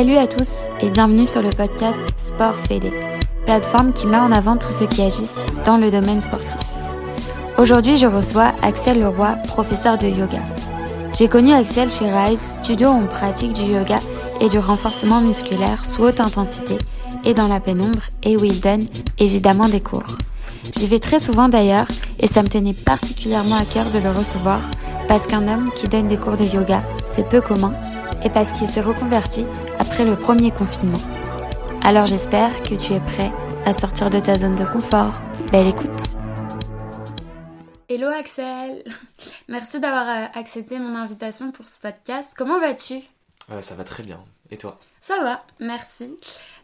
Salut à tous et bienvenue sur le podcast Sport Fédé, plateforme qui met en avant tous ceux qui agissent dans le domaine sportif. Aujourd'hui, je reçois Axel Leroy, professeur de yoga. J'ai connu Axel chez Rise, studio où on pratique du yoga et du renforcement musculaire sous haute intensité et dans la pénombre et où il donne évidemment des cours. J'y vais très souvent d'ailleurs et ça me tenait particulièrement à cœur de le recevoir parce qu'un homme qui donne des cours de yoga, c'est peu commun et parce qu'il s'est reconverti après le premier confinement. Alors j'espère que tu es prêt à sortir de ta zone de confort. Belle écoute! Hello Axel! Merci d'avoir accepté mon invitation pour ce podcast. Comment vas-tu? Ça va très bien. Et toi? Ça va, merci.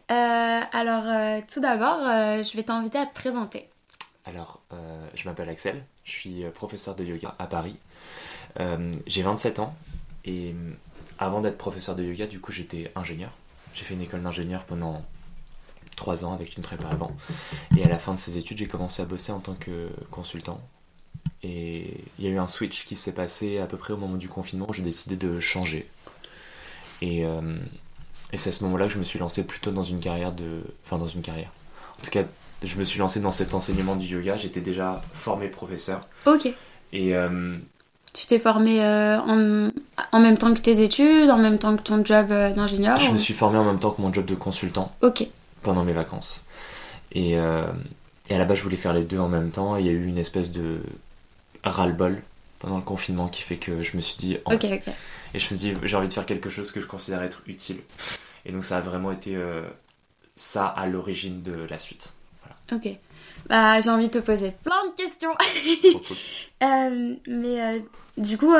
Tout d'abord, je vais t'inviter à te présenter. Alors, je m'appelle Axel, je suis professeur de yoga à Paris. J'ai 27 ans et avant d'être professeur de yoga, du coup, j'étais ingénieur. J'ai fait une école d'ingénieur pendant 3 ans avec une prépa avant. Et à la fin de ces études, j'ai commencé à bosser en tant que consultant. Et il y a eu un switch qui s'est passé à peu près au moment du confinement où j'ai décidé de changer. Et c'est à ce moment-là que je me suis lancé plutôt dans une carrière. En tout cas, je me suis lancé dans cet enseignement du yoga. J'étais déjà formé professeur. Ok. Et tu t'es formé en même temps que tes études, en même temps que ton job d'ingénieur? Je me suis formé en même temps que mon job de consultant. Ok. Pendant mes vacances. Et à la base, je voulais faire les deux en même temps. Et il y a eu une espèce de ras-le-bol pendant le confinement qui fait que je me suis dit... Ok. Et je me suis dit, j'ai envie de faire quelque chose que je considère être utile. Et donc ça a vraiment été ça à l'origine de la suite. Voilà. Ok. J'ai envie de te poser plein de questions. Trop cool. Du coup,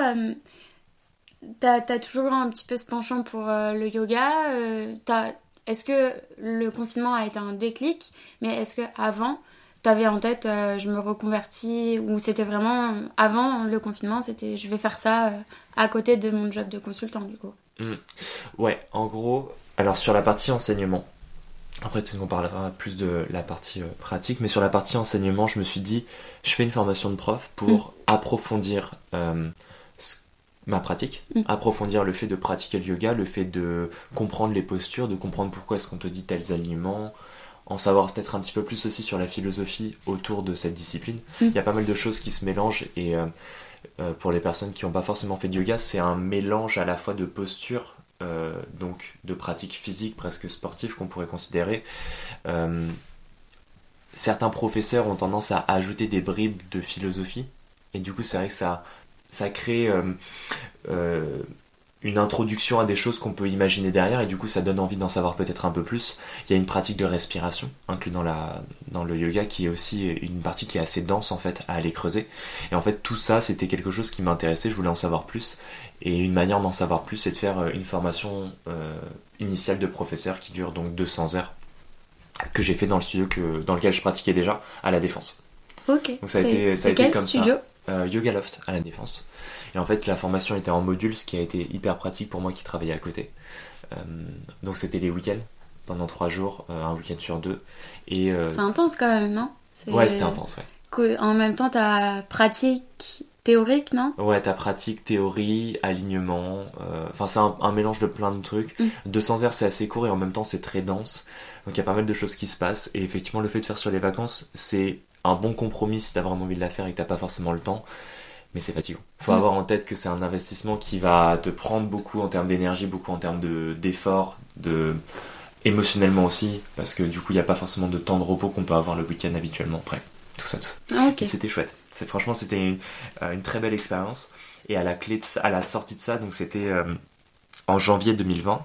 t'as toujours un petit peu ce penchant pour le yoga. Est-ce que le confinement a été un déclic? Mais est-ce que avant t'avais en tête je me reconvertis, ou c'était vraiment avant le confinement, c'était je vais faire ça à côté de mon job de consultant du coup? Ouais, en gros, alors sur la partie enseignement, après peut-être qu'on parlera plus de la partie pratique, mais sur la partie enseignement, je me suis dit je fais une formation de prof pour approfondir ma pratique, approfondir le fait de pratiquer le yoga, le fait de comprendre les postures, de comprendre pourquoi est-ce qu'on te dit tels aliments, en savoir peut-être un petit peu plus aussi sur la philosophie autour de cette discipline. Il y a pas mal de choses qui se mélangent et pour les personnes qui n'ont pas forcément fait de yoga, c'est un mélange à la fois de postures, donc de pratiques physiques presque sportives qu'on pourrait considérer. Certains professeurs ont tendance à ajouter des bribes de philosophie et du coup c'est vrai que ça crée une introduction à des choses qu'on peut imaginer derrière et du coup ça donne envie d'en savoir peut-être un peu plus. Il y a une pratique de respiration inclue dans le yoga qui est aussi une partie qui est assez dense en fait à aller creuser. Et en fait tout ça c'était quelque chose qui m'intéressait, je voulais en savoir plus. Et une manière d'en savoir plus c'est de faire une formation initiale de professeur qui dure donc 200 heures que j'ai fait dans le studio dans lequel je pratiquais déjà à La Défense. Ok. Donc ça a été quel comme studio? Yoga Loft à La Défense. Et en fait la formation était en module, ce qui a été hyper pratique pour moi qui travaillais à côté. Donc c'était les week-ends, pendant 3 jours, un week-end sur 2. Et, c'est intense quand même, non? Ouais, c'était intense, ouais. En même temps t'as pratique théorique, non? Ouais, t'as pratique, théorie, alignement, c'est un mélange de plein de trucs. 200 heures c'est assez court et en même temps c'est très dense. Donc il y a pas mal de choses qui se passent. Et effectivement le fait de faire sur les vacances, c'est un bon compromis si t'as vraiment envie de la faire et que t'as pas forcément le temps. Mais c'est fatigant. Faut avoir en tête que c'est un investissement qui va te prendre beaucoup en termes d'énergie, beaucoup en termes d'effort, émotionnellement aussi, parce que du coup il n'y a pas forcément de temps de repos qu'on peut avoir le week-end habituellement après. Tout ça. Okay. Et c'était chouette. Franchement c'était une très belle expérience. Et à la sortie de ça, donc c'était en janvier 2020,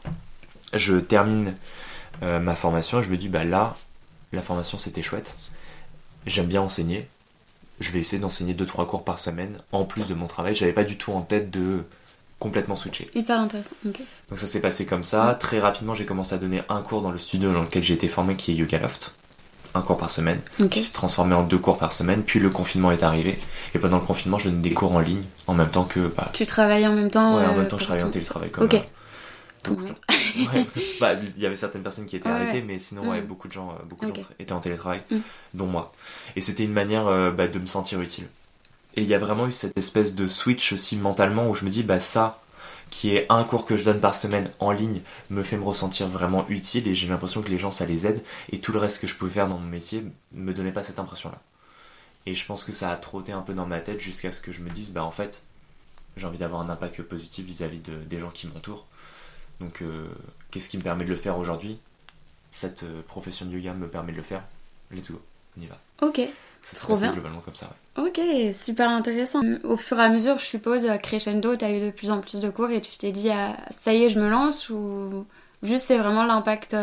je termine ma formation et je me dis là, la formation c'était chouette. J'aime bien enseigner. Je vais essayer d'enseigner 2-3 cours par semaine en plus de mon travail. J'avais pas du tout en tête de complètement switcher. Hyper intéressant, ok. Donc ça s'est passé comme ça. Très rapidement, j'ai commencé à donner un cours dans le studio dans lequel j'ai été formé, qui est Yoga Loft. Un cours par semaine, qui s'est transformé en 2 cours par semaine. Puis le confinement est arrivé. Et pendant le confinement, je donnais des cours en ligne en même temps que... Tu travaillais en même temps? Ouais, en même temps je travaillais en télétravail comme tout le monde. Ouais. Il y avait certaines personnes qui étaient arrêtées, mais sinon beaucoup de gens étaient en télétravail, dont moi. Et c'était une manière de me sentir utile. Et il y a vraiment eu cette espèce de switch aussi mentalement où je me dis ça, qui est un cours que je donne par semaine en ligne me fait me ressentir vraiment utile et j'ai l'impression que les gens ça les aide et tout le reste que je pouvais faire dans mon métier me donnait pas cette impression-là. Et je pense que ça a trotté un peu dans ma tête jusqu'à ce que je me dise en fait j'ai envie d'avoir un impact positif vis-à-vis des gens qui m'entourent. Donc qu'est-ce qui me permet de le faire aujourd'hui? Cette profession de yoga me permet de le faire. Let's go, on y va. Ok. Ça se passe globalement comme ça. Ouais. Ok, super intéressant. Au fur et à mesure, je suppose, crescendo, t'as eu de plus en plus de cours et tu t'es dit, ça y est, je me lance, ou juste c'est vraiment l'impact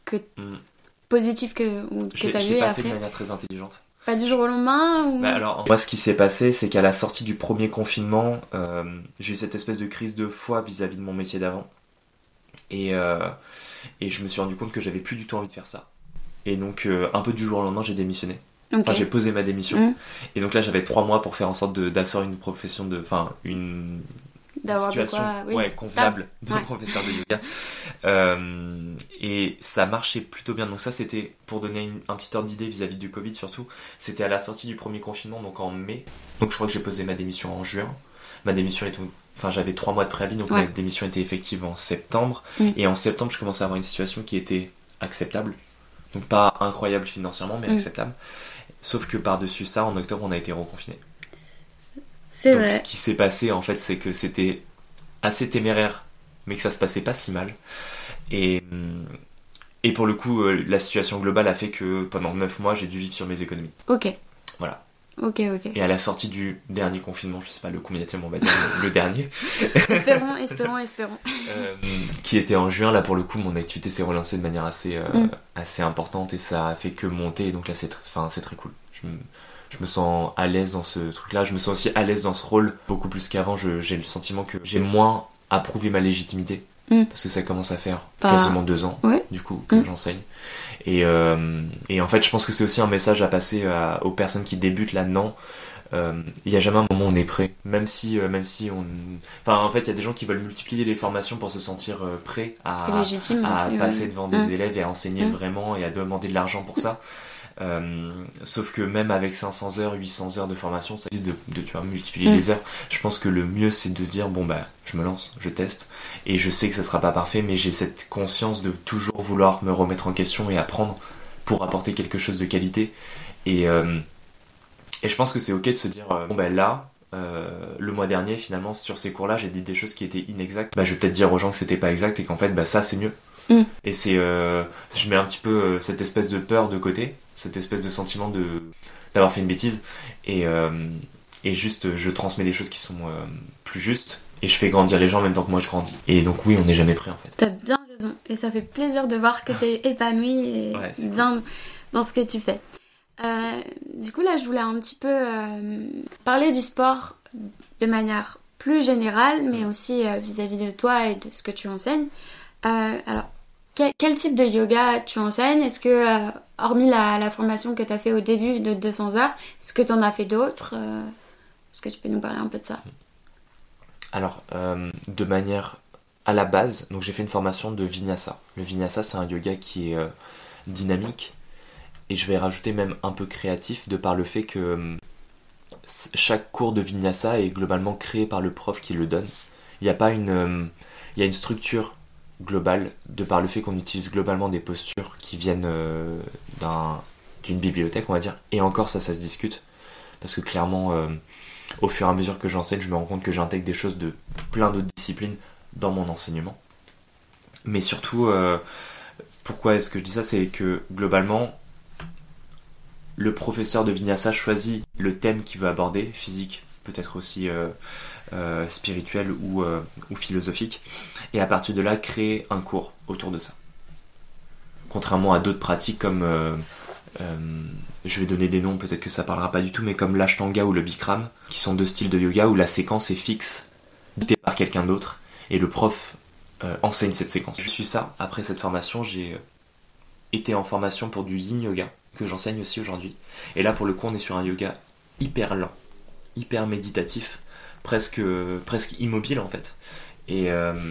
positif que t'as vu et après? Je l'ai pas fait de manière très intelligente. Pas du jour au lendemain ou... Alors, moi, ce qui s'est passé, c'est qu'à la sortie du premier confinement, j'ai eu cette espèce de crise de foi vis-à-vis de mon métier d'avant. Et je me suis rendu compte que j'avais plus du tout envie de faire ça. Et donc, un peu du jour au lendemain, j'ai démissionné. Okay. Enfin, j'ai posé ma démission. Et donc là, j'avais 3 mois pour faire en sorte d'assurer une profession une situation convenable de professeur de yoga. Et ça marchait plutôt bien. Donc ça, c'était, pour donner un petit ordre d'idée vis-à-vis du Covid surtout, c'était à la sortie du premier confinement, donc en mai. Donc je crois que j'ai posé ma démission en juin. Ma démission est... Enfin, j'avais 3 mois de préavis, donc ma démission était effective en septembre. Et en septembre, je commençais à avoir une situation qui était acceptable. Donc pas incroyable financièrement, mais acceptable. Sauf que par-dessus ça, en octobre, on a été reconfinés. C'est donc, vrai. Ce qui s'est passé, en fait, c'est que c'était assez téméraire, mais que ça se passait pas si mal. Et pour le coup, la situation globale a fait que pendant 9 mois, j'ai dû vivre sur mes économies. Ok. Voilà. Ok. Et à la sortie du dernier confinement, je sais pas le combienième on va dire, le dernier. Espérons. Qui était en juin, là pour le coup, mon activité s'est relancée de manière assez importante et ça a fait que monter. Et donc là, c'est très cool. Je me sens à l'aise dans ce truc-là. Je me sens aussi à l'aise dans ce rôle, beaucoup plus qu'avant. J'ai le sentiment que j'ai moins à prouver ma légitimité. Parce que ça commence à faire quasiment 2 ans, du coup, que j'enseigne. Et en fait, je pense que c'est aussi un message à passer aux personnes qui débutent là-dedans. Il n'y a jamais un moment où on est prêt. Même si on... Enfin, en fait, il y a des gens qui veulent multiplier les formations pour se sentir prêts à passer devant des élèves et à enseigner vraiment et à demander de l'argent pour ça. Sauf que même avec 500 heures, 800 heures de formation, ça existe de multiplier les heures. Je pense que le mieux c'est de se dire je me lance, je teste et je sais que ça sera pas parfait, mais j'ai cette conscience de toujours vouloir me remettre en question et apprendre pour apporter quelque chose de qualité et je pense que c'est ok de se dire le mois dernier finalement sur ces cours là j'ai dit des choses qui étaient inexactes, je vais peut-être dire aux gens que c'était pas exact et qu'en fait ça c'est mieux. Et c'est je mets un petit peu cette espèce de peur de côté, cette espèce de sentiment d'avoir fait une bêtise et juste je transmets des choses qui sont plus justes et je fais grandir les gens en même temps que moi je grandis. Et donc oui, on n'est jamais prêt en fait. T'as bien raison et ça fait plaisir de voir que t'es épanoui et bien cool dans ce que tu fais. Du coup là je voulais un petit peu parler du sport de manière plus générale mais aussi vis-à-vis de toi et de ce que tu enseignes. Alors, quel type de yoga tu enseignes? Est-ce que, hormis la formation que tu as fait au début de 200 heures, est-ce que tu en as fait d'autres? Est-ce que tu peux nous parler un peu de ça? Alors, de manière à la base, donc j'ai fait une formation de Vinyasa. Le Vinyasa, c'est un yoga qui est dynamique et je vais rajouter même un peu créatif de par le fait que chaque cours de Vinyasa est globalement créé par le prof qui le donne. Il y a pas il y a une structure globale de par le fait qu'on utilise globalement des postures qui viennent d'une bibliothèque on va dire, et encore ça se discute parce que clairement au fur et à mesure que j'enseigne je me rends compte que j'intègre des choses de plein d'autres disciplines dans mon enseignement, mais surtout pourquoi est-ce que je dis ça, c'est que globalement le professeur de Vinyasa choisit le thème qu'il veut aborder, physique, peut-être aussi spirituel ou philosophique, et à partir de là créer un cours autour de ça. Contrairement à d'autres pratiques comme je vais donner des noms, peut-être que ça parlera pas du tout, mais comme l'Ashtanga ou le Bikram, qui sont 2 styles de yoga où la séquence est fixe, dictée par quelqu'un d'autre, et le prof enseigne cette séquence. Je suis ça, après cette formation, j'ai été en formation pour du Yin Yoga, que j'enseigne aussi aujourd'hui, et là pour le coup on est sur un yoga hyper lent, hyper méditatif, presque immobile en fait, et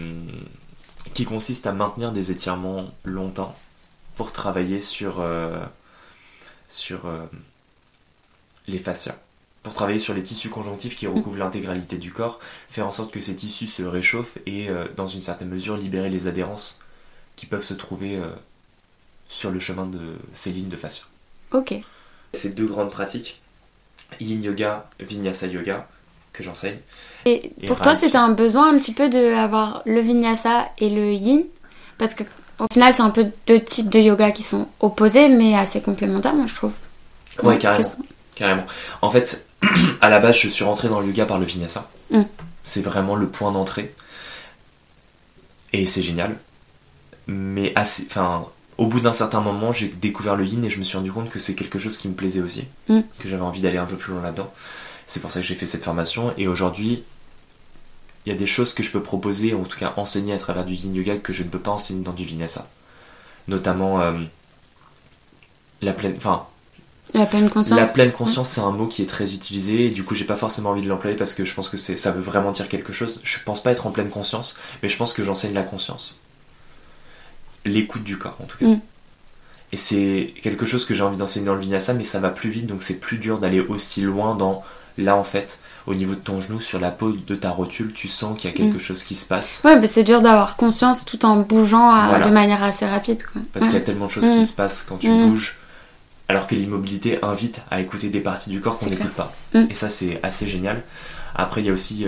qui consiste à maintenir des étirements longtemps pour travailler sur les fascias. pour travailler sur les tissus conjonctifs qui recouvrent l'intégralité du corps, faire en sorte que ces tissus se réchauffent et dans une certaine mesure libérer les adhérences qui peuvent se trouver sur le chemin de ces lignes de fascia. Ok. Ces 2 grandes pratiques, Yin Yoga, Vinyasa Yoga, que j'enseigne. Et pour toi, c'était un besoin un petit peu d'avoir le Vinyasa et le Yin, parce que au final, c'est un peu 2 types de yoga qui sont opposés, mais assez complémentaires, moi, je trouve. Ouais, carrément. En fait, à la base, je suis rentré dans le yoga par le Vinyasa. C'est vraiment le point d'entrée. Et c'est génial. Mais au bout d'un certain moment, j'ai découvert le Yin et je me suis rendu compte que c'est quelque chose qui me plaisait aussi. Que j'avais envie d'aller un peu plus loin là-dedans. C'est pour ça que j'ai fait cette formation. Et aujourd'hui, il y a des choses que je peux proposer, en tout cas enseigner à travers du Yin Yoga que je ne peux pas enseigner dans du Vinyasa. Notamment la pleine conscience. La pleine conscience, c'est un mot qui est très utilisé et du coup j'ai pas forcément envie de l'employer parce que je pense que ça veut vraiment dire quelque chose. Je pense pas être en pleine conscience, mais je pense que j'enseigne la conscience. L'écoute du corps en tout cas. Et c'est quelque chose que j'ai envie d'enseigner dans le Vinyasa, mais ça va plus vite, donc c'est plus dur d'aller aussi loin dans... Là en fait, au niveau de ton genou, sur la peau de ta rotule, tu sens qu'il y a quelque chose qui se passe. Ouais, bah c'est dur d'avoir conscience tout en bougeant de manière assez rapide, quoi. Parce qu'il y a tellement de choses qui se passent quand tu bouges, alors que l'immobilité invite à écouter des parties du corps qu'on n'écoute pas. Et ça, c'est assez génial. Après, il y a aussi,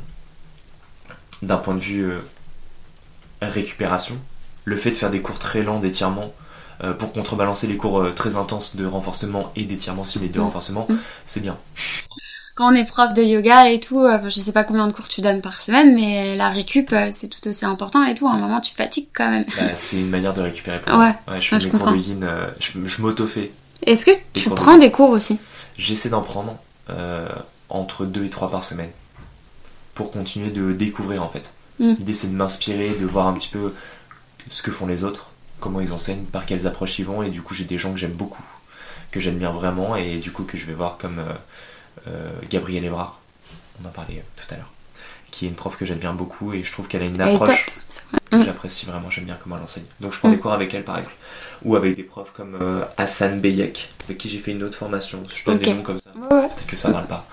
d'un point de vue récupération, le fait de faire des cours très lents d'étirement pour contrebalancer les cours très intenses de renforcement et d'étirement, si les 2 renforcements, c'est bien. Quand on est prof de yoga et tout, je sais pas combien de cours tu donnes par semaine, mais la récup, c'est tout aussi important et tout. À un moment, tu fatigues quand même. Bah, c'est une manière de récupérer pour moi. Ouais, je fais mes cours de yin, je m'auto-fais. Est-ce que tu prends des cours aussi ? J'essaie d'en prendre entre 2 et 3 par semaine pour continuer de découvrir en fait. L'idée, c'est de m'inspirer, de voir un petit peu ce que font les autres, comment ils enseignent, par quelles approches ils vont, et du coup, j'ai des gens que j'aime beaucoup, que j'admire vraiment, et du coup, que je vais voir comme... Gabrielle Ebrard, on en parlait tout à l'heure, qui est une prof que j'admire beaucoup et je trouve qu'elle a une approche que j'apprécie vraiment, j'aime bien comment elle enseigne. Donc je prends des cours avec elle par exemple, ou avec des profs comme Hassan Beyek, avec qui j'ai fait une autre formation, je donne des noms comme ça, peut-être que ça parle pas.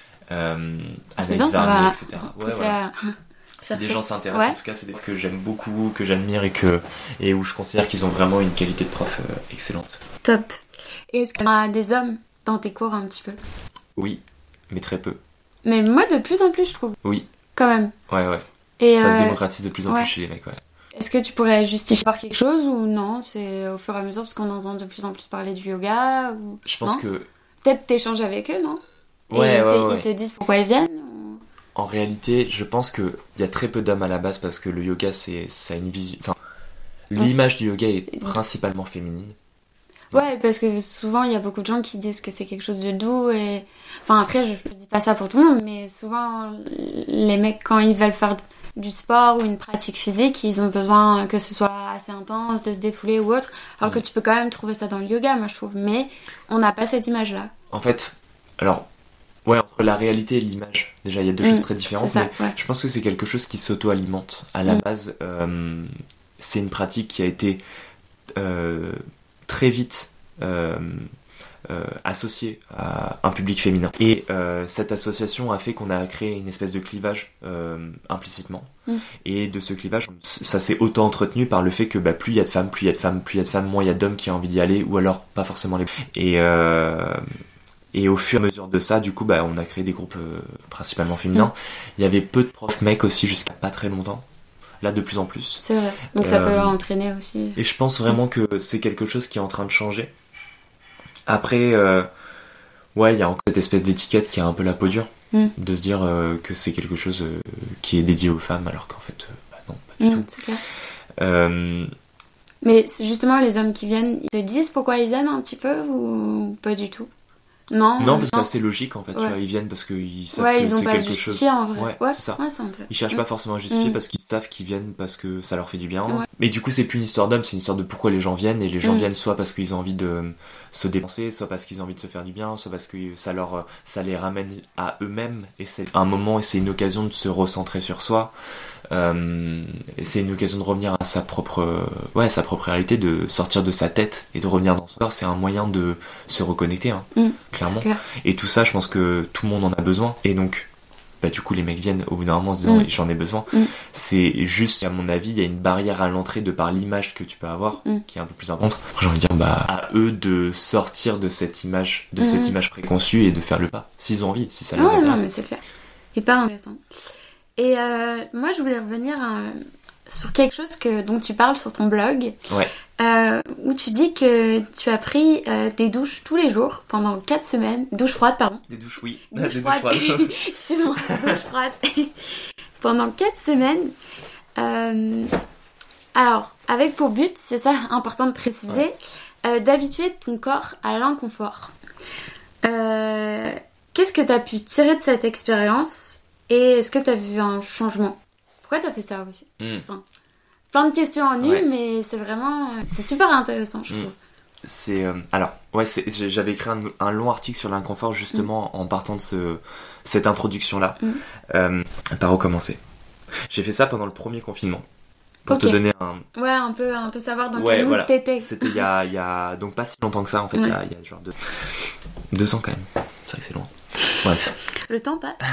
Anaïs Varnier, etc. Voilà. Si des gens s'intéressent, en tout cas c'est des profs que j'aime beaucoup, que j'admire et où je considère qu'ils ont vraiment une qualité de prof excellente. Top. Et est-ce qu'il y a des hommes dans tes cours un petit peu ? Oui, mais très peu. Mais moi, de plus en plus, je trouve. Oui. Quand même. Ouais. Et ça se démocratise de plus en plus chez les mecs, Est-ce que tu pourrais justifier par quelque chose ou non ? C'est au fur et à mesure parce qu'on entend de plus en plus parler du yoga ou... Je pense que... Peut-être t'échanges avec eux, non ? Ouais. Ils te disent pourquoi ils viennent ou... En réalité, je pense qu'il y a très peu d'hommes à la base parce que le yoga, ça a une vision... Enfin, l'image du yoga est principalement féminine. Ouais, parce que souvent, il y a beaucoup de gens qui disent que c'est quelque chose de doux et... Enfin, après, je dis pas ça pour tout le monde, mais souvent, les mecs, quand ils veulent faire du sport ou une pratique physique, ils ont besoin que ce soit assez intense, de se défouler ou autre, alors que tu peux quand même trouver ça dans le yoga, moi, je trouve. Mais on n'a pas cette image-là. En fait, alors... Ouais, entre la réalité et l'image, déjà, il y a 2 choses très différentes, ça, mais je pense que c'est quelque chose qui s'auto-alimente. À la base, c'est une pratique qui a été... très vite associé à un public féminin. Et cette association a fait qu'on a créé une espèce de clivage implicitement. Et de ce clivage, ça s'est auto-entretenu par le fait que plus il y a de femmes, moins il y a d'hommes qui ont envie d'y aller, ou alors pas forcément les... Et au fur et à mesure de ça, du coup, on a créé des groupes principalement féminins. Il y avait peu de profs mecs aussi jusqu'à pas très longtemps. Là, de plus en plus. C'est vrai. Donc ça peut entraîner aussi. Et je pense vraiment que c'est quelque chose qui est en train de changer. Après, il y a encore cette espèce d'étiquette qui a un peu la peau dure. De se dire que c'est quelque chose qui est dédié aux femmes, alors qu'en fait, non, pas du tout. C'est clair. Mais justement, les hommes qui viennent, ils te disent pourquoi ils viennent un petit peu ou pas du tout ? Non, parce que c'est assez logique en fait. Tu vois, ils viennent parce qu'ils savent que ils ont c'est pas quelque chose. En vrai. C'est ça. C'est Ils cherchent pas forcément à justifier parce qu'ils savent qu'ils viennent parce que ça leur fait du bien. Mais du coup, c'est plus une histoire d'homme, c'est une histoire de pourquoi les gens viennent. Et les gens viennent soit parce qu'ils ont envie de se dépenser, soit parce qu'ils ont envie de se faire du bien, soit parce que ça les ramène à eux-mêmes. Et c'est un moment et c'est une occasion de se recentrer sur soi. Et c'est une occasion de revenir à sa propre réalité, de sortir de sa tête et de revenir dans son corps. C'est un moyen de se reconnecter. clairement. Et tout ça, je pense que tout le monde en a besoin. Et donc, du coup, les mecs viennent au bout d'un moment en se disant j'en ai besoin. C'est juste, à mon avis, il y a une barrière à l'entrée de par l'image que tu peux avoir, qui est un peu plus importante. Après, j'ai envie de dire, à eux de sortir de cette image, cette image préconçue et de faire le pas, s'ils ont envie, si ça les intéresse. Non, mais c'est clair. Hyper intéressant. Et moi, je voulais revenir sur quelque chose dont tu parles sur ton blog. Ouais. Où tu dis que tu as pris des douches tous les jours pendant 4 semaines. Douche froide, pardon. Des douches, oui. Douche froide. Excuse-moi, douche froide. Pendant 4 semaines. Alors, avec pour but, c'est ça important de préciser, d'habituer ton corps à l'inconfort. Qu'est-ce que tu as pu tirer de cette expérience et est-ce que tu as vu un changement? Pourquoi tu as fait ça aussi? Enfin, plein de questions en une, mais c'est vraiment... c'est super intéressant, je trouve. C'est... j'avais écrit un long article sur l'inconfort, justement, en partant de cette introduction-là. Par où commencer? J'ai fait ça pendant le premier confinement. Pour te donner un... Ouais, un peu savoir dans quel mood t'étais. C'était il y a... Donc pas si longtemps que ça, en fait. Il y a genre 2 ans, quand même. C'est vrai que c'est loin. Bref. Le temps passe.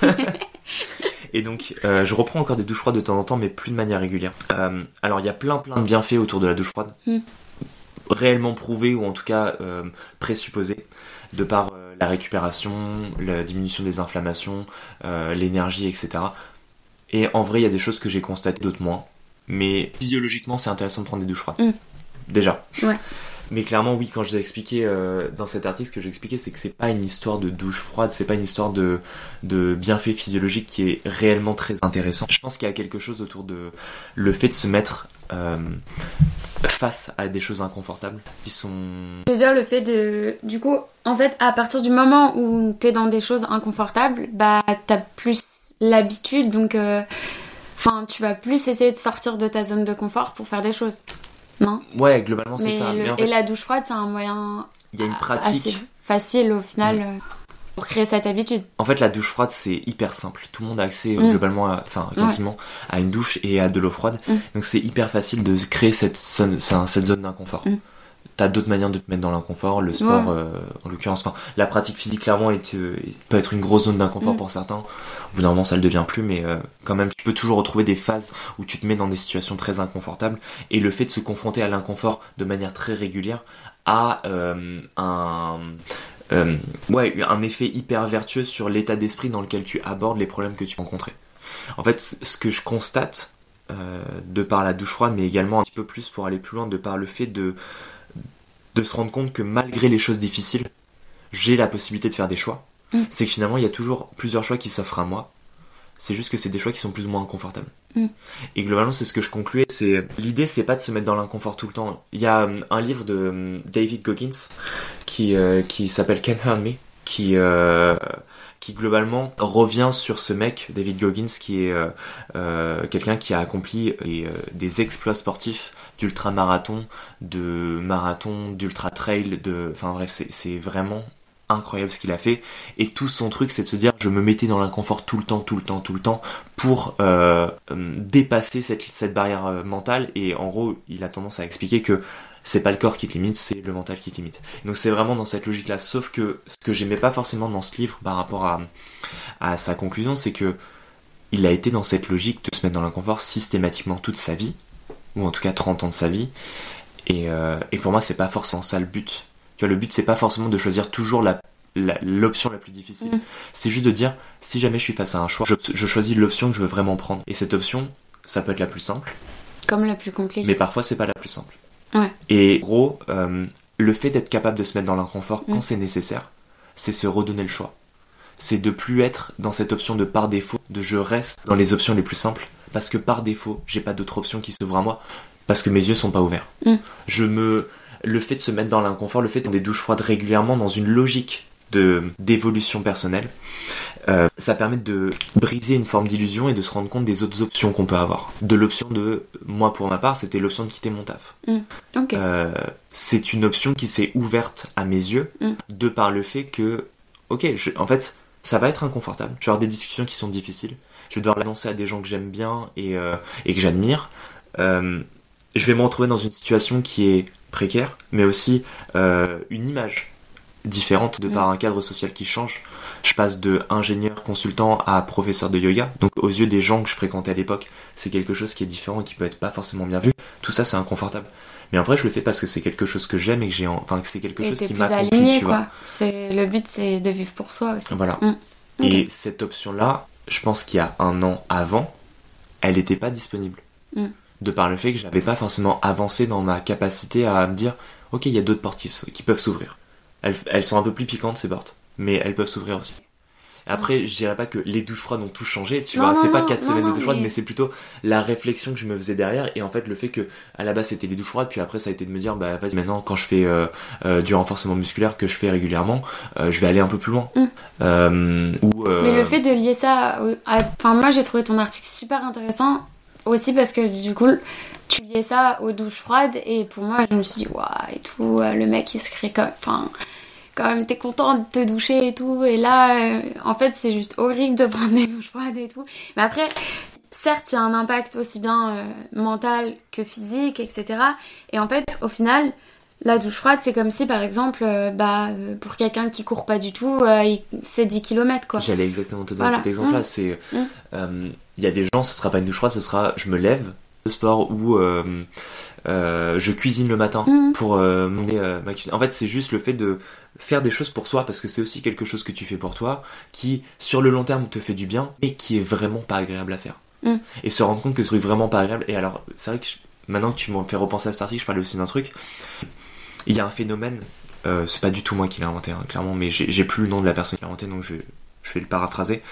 Et donc, je reprends encore des douches froides de temps en temps, mais plus de manière régulière. Alors, il y a plein de bienfaits autour de la douche froide. Réellement prouvés, ou en tout cas présupposés, de par la récupération, la diminution des inflammations, l'énergie, etc. Et en vrai, il y a des choses que j'ai constatées, d'autres moins. Mais physiologiquement, c'est intéressant de prendre des douches froides. Déjà. Ouais. Mais clairement, oui, quand je l'ai expliqué dans cet article, ce que j'ai expliqué, c'est que c'est pas une histoire de douche froide, c'est pas une histoire de bienfait physiologique qui est réellement très intéressant. Je pense qu'il y a quelque chose autour de le fait de se mettre face à des choses inconfortables qui sont... Je veux dire, le fait de... Du coup, en fait, à partir du moment où t'es dans des choses inconfortables, t'as plus l'habitude, donc... tu vas plus essayer de sortir de ta zone de confort pour faire des choses. Non? Ouais, globalement, c'est ça. Mais en fait, la douche froide, c'est un moyen... Il y a une pratique... assez facile, au final, pour créer cette habitude. En fait, la douche froide, c'est hyper simple. Tout le monde a accès, globalement, quasiment, à une douche et à de l'eau froide. Donc, c'est hyper facile de créer cette zone d'inconfort. T'as d'autres manières de te mettre dans l'inconfort, le sport en l'occurrence, la pratique physique clairement peut être une grosse zone d'inconfort pour certains. Au bout d'un moment ça le devient plus, mais quand même tu peux toujours retrouver des phases où tu te mets dans des situations très inconfortables, et le fait de se confronter à l'inconfort de manière très régulière a un effet hyper vertueux sur l'état d'esprit dans lequel tu abordes les problèmes que tu rencontrais. En fait, ce que je constate de par la douche froide, mais également un petit peu plus pour aller plus loin, de par le fait de se rendre compte que malgré les choses difficiles, j'ai la possibilité de faire des choix. C'est que finalement, il y a toujours plusieurs choix qui s'offrent à moi. C'est juste que c'est des choix qui sont plus ou moins inconfortables. Et globalement, c'est ce que je concluais. L'idée, c'est pas de se mettre dans l'inconfort tout le temps. Il y a un livre de David Goggins qui s'appelle Can't Hurt Me, qui globalement revient sur ce mec, David Goggins, qui est quelqu'un qui a accompli des exploits sportifs d'ultra-marathon, d'ultra-trail, enfin bref, c'est vraiment incroyable ce qu'il a fait. Et tout son truc, c'est de se dire, je me mettais dans l'inconfort tout le temps, pour dépasser cette barrière mentale. Et en gros, il a tendance à expliquer que c'est pas le corps qui te limite, c'est le mental qui te limite. Donc c'est vraiment dans cette logique-là. Sauf que ce que j'aimais pas forcément dans ce livre par rapport à sa conclusion, c'est que il a été dans cette logique de se mettre dans l'inconfort systématiquement toute sa vie, ou en tout cas 30 ans de sa vie. Et pour moi, c'est pas forcément ça le but. Tu vois, le but, c'est pas forcément de choisir toujours l'option la plus difficile. C'est juste de dire, si jamais je suis face à un choix, je choisis l'option que je veux vraiment prendre. Et cette option, ça peut être la plus simple. Comme la plus compliquée. Mais parfois, c'est pas la plus simple. Ouais. Et gros, le fait d'être capable de se mettre dans l'inconfort quand c'est nécessaire, c'est se redonner le choix. C'est de plus être dans cette option de par défaut, de je reste dans les options les plus simples, parce que par défaut, j'ai pas d'autres options qui s'ouvrent à moi, parce que mes yeux sont pas ouverts. Le fait de se mettre dans l'inconfort, le fait de prendre des douches froides régulièrement dans une logique d'évolution personnelle, ça permet de briser une forme d'illusion et de se rendre compte des autres options qu'on peut avoir. De l'option moi pour ma part, c'était l'option de quitter mon taf. Okay. C'est une option qui s'est ouverte à mes yeux, de par le fait que, en fait, ça va être inconfortable. Je vais avoir des discussions qui sont difficiles. Je vais devoir l'annoncer à des gens que j'aime bien et que j'admire. Je vais me retrouver dans une situation qui est précaire, mais aussi une image différente de par un cadre social qui change. Je passe de ingénieur consultant à professeur de yoga. Donc aux yeux des gens que je fréquentais à l'époque, c'est quelque chose qui est différent et qui peut être pas forcément bien vu. Tout ça, c'est inconfortable. Mais en vrai, je le fais parce que c'est quelque chose que j'aime et que que c'est quelque chose qui m'accomplit, aligné, tu vois. Le but, c'est de vivre pour soi aussi. Voilà. Okay. Et cette option-là, je pense qu'il y a un an avant, elle n'était pas disponible. De par le fait que j'avais pas forcément avancé dans ma capacité à me dire, ok, il y a d'autres portes qui peuvent s'ouvrir. Elles sont un peu plus piquantes, ces portes, mais elles peuvent s'ouvrir aussi. Après, je dirais pas que les douches froides ont tout changé, tu vois, c'est pas 4 semaines de douches froides, mais c'est plutôt la réflexion que je me faisais derrière, et en fait le fait que à la base c'était les douches froides, puis après ça a été de me dire, bah vas-y, maintenant quand je fais du renforcement musculaire que je fais régulièrement, je vais aller un peu plus loin. Mais le fait de lier ça, enfin moi j'ai trouvé ton article super intéressant, aussi parce que du coup tu liais ça aux douches froides, et pour moi je me suis dit, waouh, et tout, le mec il se crée quand même t'es content de te doucher et tout, et là en fait c'est juste horrible de prendre des douches froides et tout, mais après certes il y a un impact aussi bien mental que physique, etc. Et en fait au final la douche froide c'est comme si par exemple pour quelqu'un qui court pas du tout, c'est 10 km quoi. J'allais exactement te donner cet exemple là, c'est y a des gens, ce sera pas une douche froide, ce sera je me lève de sport ou je cuisine le matin pour monter ma cuisine. En fait c'est juste le fait de faire des choses pour soi, parce que c'est aussi quelque chose que tu fais pour toi qui sur le long terme te fait du bien mais qui est vraiment pas agréable à faire. Et se rendre compte que ce truc vraiment pas agréable. Et alors c'est vrai que maintenant que tu m'en fais repenser à cet article, je parlais aussi d'un truc, il y a un phénomène, c'est pas du tout moi qui l'ai inventé clairement, mais j'ai plus le nom de la personne qui l'a inventé, donc je vais le paraphraser.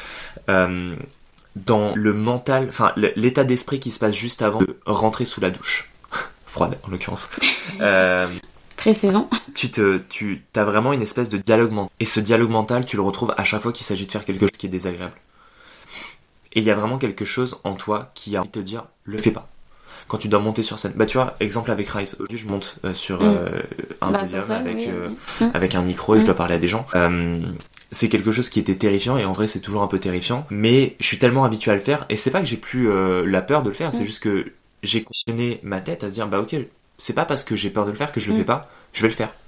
Dans le mental, enfin l'état d'esprit qui se passe juste avant de rentrer sous la douche froide en l'occurrence, précisons, t'as vraiment une espèce de dialogue mental, et ce dialogue mental tu le retrouves à chaque fois qu'il s'agit de faire quelque chose qui est désagréable, et il y a vraiment quelque chose en toi qui a envie de te dire le fais pas. Quand tu dois monter sur scène, bah tu vois, exemple avec Rise, aujourd'hui je monte sur un podium avec un micro et je dois parler à des gens. C'est quelque chose qui était terrifiant, et en vrai c'est toujours un peu terrifiant, mais je suis tellement habitué à le faire, et c'est pas que j'ai plus la peur de le faire, c'est juste que j'ai conditionné ma tête à se dire bah ok, c'est pas parce que j'ai peur de le faire que je le fais pas, je vais le faire.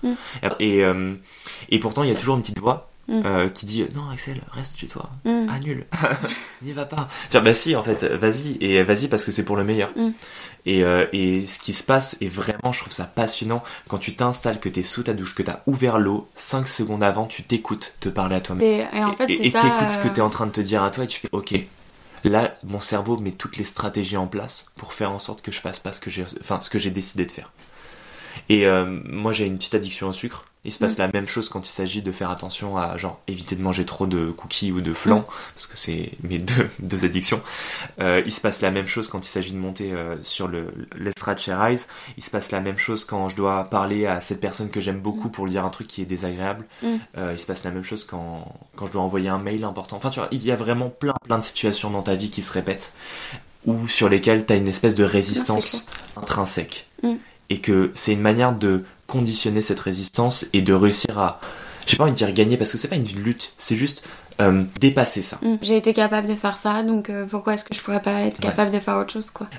Et pourtant il y a toujours une petite voix qui dit non Axel, reste chez toi, annule, n'y va pas. Dire bah si en fait, vas-y parce que c'est pour le meilleur. Et ce qui se passe est vraiment, je trouve ça passionnant quand tu t'installes, que t'es sous ta douche, que t'as ouvert l'eau, 5 secondes avant tu t'écoutes te parler à toi-même, et en fait c'est ça, t'écoutes ce que t'es en train de te dire à toi, et tu fais ok, là mon cerveau met toutes les stratégies en place pour faire en sorte que je fasse pas ce que j'ai décidé de faire. Et moi j'ai une petite addiction au sucre. Il se passe la même chose quand il s'agit de faire attention à genre éviter de manger trop de cookies ou de flan, parce que c'est mes deux addictions. Il se passe la même chose quand il s'agit de monter sur l'estrade chez Rise. Il se passe la même chose quand je dois parler à cette personne que j'aime beaucoup pour lui dire un truc qui est désagréable. Il se passe la même chose quand je dois envoyer un mail important. Enfin tu vois, il y a vraiment plein de situations dans ta vie qui se répètent, ou sur lesquelles t'as une espèce de résistance intrinsèque. Et que c'est une manière de conditionner cette résistance et de réussir à, j'ai pas envie de dire gagner, parce que c'est pas une lutte, c'est juste dépasser ça. J'ai été capable de faire ça, donc pourquoi est-ce que je pourrais pas être capable de faire autre chose quoi.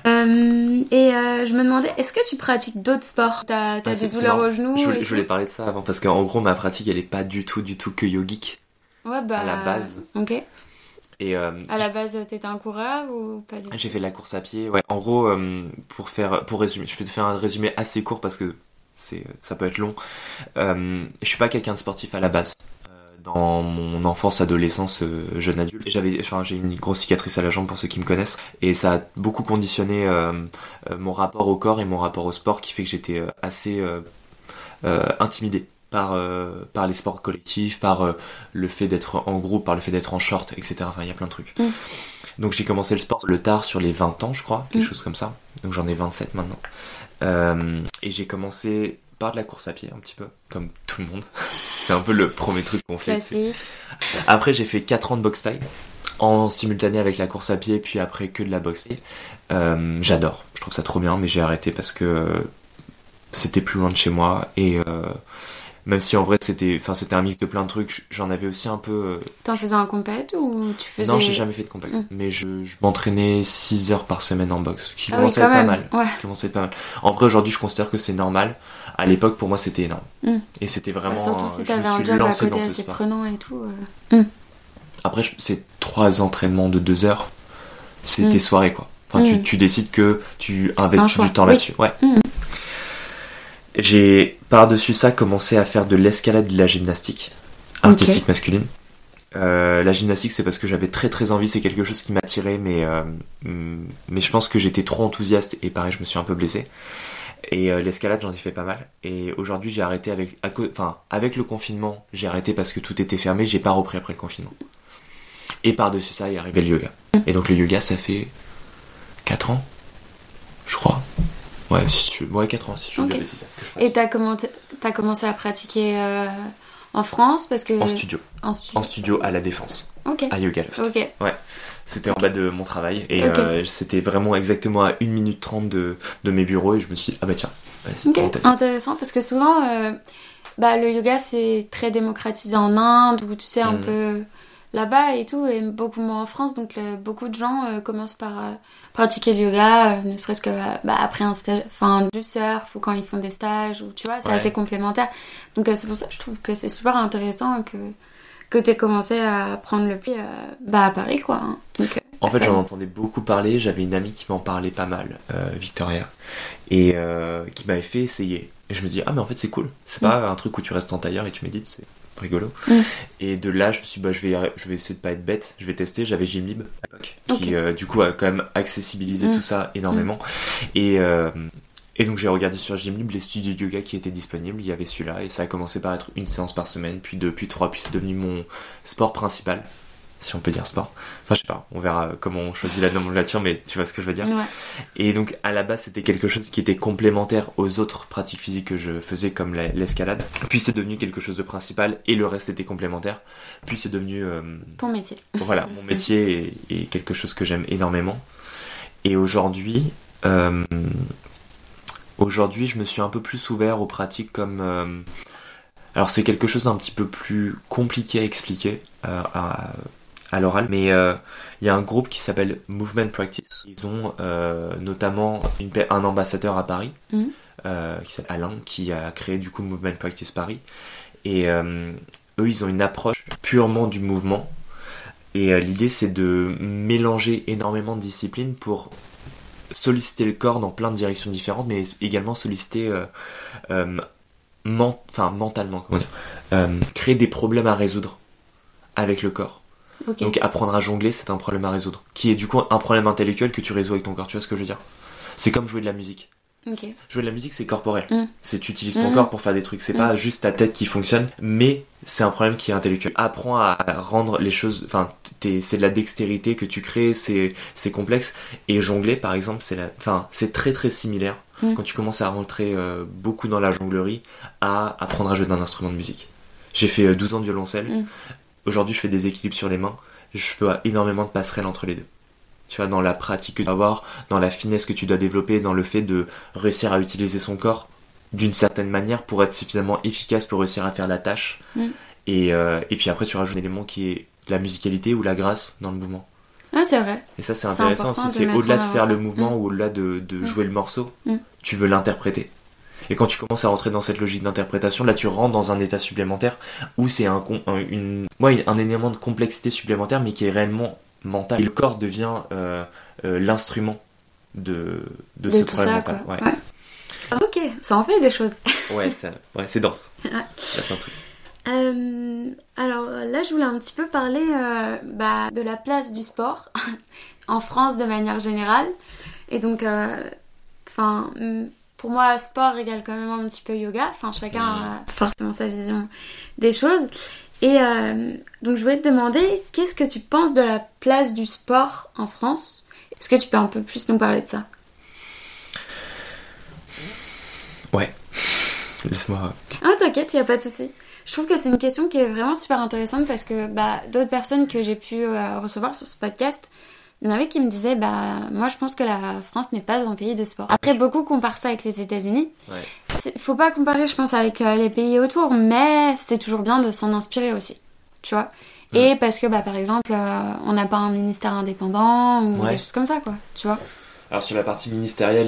Je me demandais, est-ce que tu pratiques d'autres sports? T'as des douleurs aux genoux? Je voulais parler de ça avant, parce qu'en gros ma pratique elle est pas du tout que yogique. Ouais bah à la base. Ok. Et à la base, t'étais un coureur ou pas du tout? J'ai fait de la course à pied, ouais. En gros, pour résumer, je vais te faire un résumé assez court parce que ça peut être long. Je suis pas quelqu'un de sportif à la base. Dans mon enfance, adolescence, jeune adulte, j'ai une grosse cicatrice à la jambe pour ceux qui me connaissent, et ça a beaucoup conditionné mon rapport au corps et mon rapport au sport, qui fait que j'étais assez intimidé par les sports collectifs, par le fait d'être en groupe, par le fait d'être en short, etc. Enfin, il y a plein de trucs. Donc j'ai commencé le sport le tard, sur les 20 ans, je crois, quelque chose comme ça. Donc j'en ai 27 maintenant. Et j'ai commencé par de la course à pied, un petit peu, comme tout le monde. C'est un peu le premier truc qu'on fait. Classique. Après, j'ai fait 4 ans de boxe thaï, en simultané avec la course à pied, puis après que de la boxe thaï. J'adore, je trouve ça trop bien, mais j'ai arrêté parce que c'était plus loin de chez moi, et Même si en vrai c'était un mix de plein de trucs, j'en avais aussi un peu... T'en faisais un compète ou tu faisais... Non, j'ai jamais fait de compète, mais je m'entraînais 6 heures par semaine en boxe, qui commençait oui, à être pas mal. Ouais. Qui commençait à être pas mal. En vrai, aujourd'hui, je considère que c'est normal. À l'époque, pour moi, c'était énorme. Et c'était vraiment... surtout si t'avais un job à côté assez prenant et tout. Après, c'est 3 entraînements de 2 heures. C'est tes soirées, quoi. Enfin, tu décides que tu investis du temps là-dessus. Ouais. J'ai, par-dessus ça, commencé à faire de l'escalade et de la gymnastique artistique masculine. La gymnastique, c'est parce que j'avais très très envie, c'est quelque chose qui m'attirait, mais je pense que j'étais trop enthousiaste et pareil, je me suis un peu blessé. Et l'escalade, j'en ai fait pas mal. Et aujourd'hui, j'ai arrêté avec le confinement, j'ai arrêté parce que tout était fermé, j'ai pas repris après le confinement. Et par-dessus ça, est arrivé le yoga. Et donc le yoga, ça fait 4 ans, je crois. Ouais, 4 ans, si je dis pas de bêtises. Et t'as commencé à pratiquer en France parce que... En studio à La Défense. À Yoga Loft. Ouais. C'était en bas de mon travail et c'était vraiment exactement à 1 minute 30 de mes bureaux et je me suis dit, ah bah tiens, c'est intéressant parce que souvent, le yoga c'est très démocratisé en Inde ou tu sais un peu là-bas et tout, et beaucoup moins en France, donc beaucoup de gens commencent par pratiquer le yoga, ne serait-ce que après un stage, enfin du surf ou quand ils font des stages, ou tu vois, c'est assez complémentaire. Donc c'est pour ça que je trouve que c'est super intéressant que t'aies commencé à prendre le pied à Paris, quoi. Hein. Donc, en fait, j'en entendais beaucoup parler, j'avais une amie qui m'en parlait pas mal, Victoria, et qui m'avait fait essayer. Et je me dis, ah mais en fait c'est cool, c'est pas un truc où tu restes en tailleur et tu médites, c'est rigolo. Et de là, je me suis dit, je vais essayer de pas être bête, je vais tester. J'avais Gymlib à l'époque, qui du coup a quand même accessibilisé tout ça énormément. Et donc j'ai regardé sur Gymlib les studios de yoga qui étaient disponibles, il y avait celui-là, et ça a commencé par être 1 séance par semaine, puis 2, puis 3, puis c'est devenu mon sport principal, si on peut dire sport. Enfin, je sais pas, on verra comment on choisit la nomenclature, mais tu vois ce que je veux dire. Ouais. Et donc, à la base, c'était quelque chose qui était complémentaire aux autres pratiques physiques que je faisais, comme l'escalade. Puis c'est devenu quelque chose de principal, et le reste était complémentaire. Puis c'est devenu... ton métier. Voilà, mon métier est quelque chose que j'aime énormément. Et aujourd'hui, je me suis un peu plus ouvert aux pratiques comme... alors, c'est quelque chose d'un petit peu plus compliqué à expliquer, à l'oral, mais il y a un groupe qui s'appelle Movement Practice. Ils ont notamment un ambassadeur à Paris qui s'appelle Alain, qui a créé du coup Movement Practice Paris, et eux ils ont une approche purement du mouvement, et l'idée c'est de mélanger énormément de disciplines pour solliciter le corps dans plein de directions différentes, mais également solliciter mentalement, comment dire, créer des problèmes à résoudre avec le corps. Donc apprendre à jongler, c'est un problème à résoudre, qui est du coup un problème intellectuel que tu résous avec ton corps. Tu vois ce que je veux dire? C'est comme jouer de la musique. Jouer de la musique, c'est corporel. C'est tu utilises ton corps pour faire des trucs. C'est pas juste ta tête qui fonctionne, mais c'est un problème qui est intellectuel. Apprends à rendre les choses... Enfin, c'est de la dextérité que tu crées, c'est complexe. Et jongler, par exemple, c'est très très similaire quand tu commences à rentrer beaucoup dans la jonglerie, à apprendre à jouer d'un instrument de musique. J'ai fait 12 ans de violoncelle. Aujourd'hui, je fais des équilibres sur les mains. Je fais énormément de passerelles entre les deux. Tu vois, dans la pratique que tu dois avoir, dans la finesse que tu dois développer, dans le fait de réussir à utiliser son corps d'une certaine manière pour être suffisamment efficace pour réussir à faire la tâche. Et puis après, tu rajoutes un élément qui est la musicalité ou la grâce dans le mouvement. Ah, c'est vrai. Et ça, c'est intéressant aussi. C'est au-delà de faire le mouvement ou au-delà de jouer le morceau, tu veux l'interpréter. Et quand tu commences à rentrer dans cette logique d'interprétation, là tu rentres dans un état supplémentaire où c'est un élément de complexité supplémentaire, mais qui est réellement mental. Et le corps devient l'instrument de ce problème mental. Ouais. Ok, ça en fait des choses. C'est dense. Il y a plein de trucs. Alors là, je voulais un petit peu parler de la place du sport en France de manière générale. Et donc, pour moi, sport égale quand même un petit peu yoga. Enfin, chacun a forcément sa vision des choses. Et donc, je voulais te demander, qu'est-ce que tu penses de la place du sport en France? Est-ce que tu peux un peu plus nous parler de ça? Ouais. Laisse-moi... Ah, t'inquiète, il n'y a pas de souci. Je trouve que c'est une question qui est vraiment super intéressante parce que d'autres personnes que j'ai pu recevoir sur ce podcast, il y en avait qui me disaient, moi je pense que la France n'est pas un pays de sport. Après, beaucoup comparent ça avec les États-Unis. Faut pas comparer, je pense, avec les pays autour, mais c'est toujours bien de s'en inspirer aussi, tu vois. Et parce que, par exemple, on n'a pas un ministère indépendant ou des choses comme ça, quoi, tu vois. Alors sur la partie ministérielle